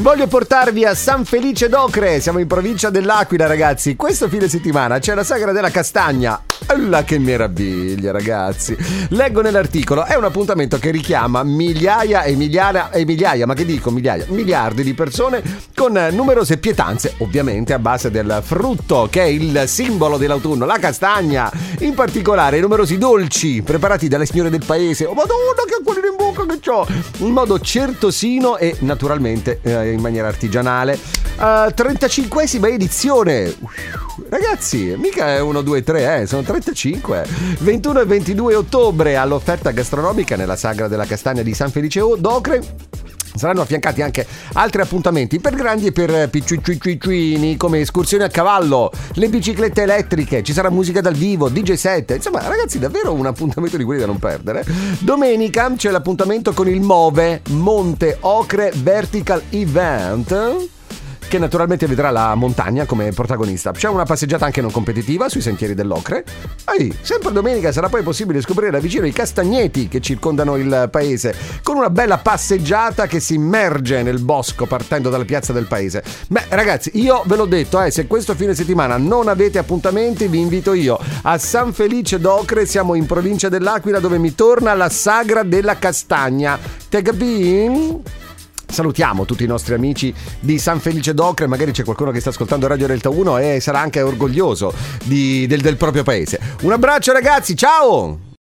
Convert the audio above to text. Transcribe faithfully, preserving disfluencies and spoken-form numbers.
Voglio portarvi a San Felice d'Ocre, siamo in provincia dell'Aquila, ragazzi. Questo fine settimana c'è la sagra della castagna. Allah, che meraviglia, ragazzi. Leggo nell'articolo, è un appuntamento che richiama migliaia e migliaia e migliaia, ma che dico migliaia, miliardi di persone con numerose pietanze, ovviamente a base del frutto che è il simbolo dell'autunno, la castagna. In particolare numerosi dolci preparati dalle signore del paese. Oh madonna, che acquolina in bocca che c'ho! In modo certosino e naturalmente eh, in maniera artigianale. uh, trentacinquesima edizione. Ragazzi, mica è uno, due, tre, eh, sono trentacinque. ventuno e ventidue ottobre all'offerta gastronomica nella sagra della castagna di San Felice d'Ocre. Saranno affiancati anche altri appuntamenti per grandi e per picciuini, come escursioni a cavallo, le biciclette elettriche, ci sarà musica dal vivo, D J set. Insomma, ragazzi, davvero un appuntamento di quelli da non perdere. Domenica c'è l'appuntamento con il MOVE, Monte Ocre Vertical Event, che naturalmente vedrà la montagna come protagonista. C'è una passeggiata anche non competitiva sui sentieri dell'Ocre. Ehi, sempre domenica sarà poi possibile scoprire da vicino i castagneti che circondano il paese, con una bella passeggiata che si immerge nel bosco partendo dalla piazza del paese. Beh, ragazzi, io ve l'ho detto, eh, se questo fine settimana non avete appuntamenti, vi invito io a San Felice d'Ocre. Siamo in provincia dell'Aquila, dove mi torna la sagra della castagna. Te capì? Salutiamo tutti i nostri amici di San Felice d'Ocre, magari c'è qualcuno che sta ascoltando Radio Delta uno e sarà anche orgoglioso di, del, del proprio paese. Un abbraccio, ragazzi, ciao!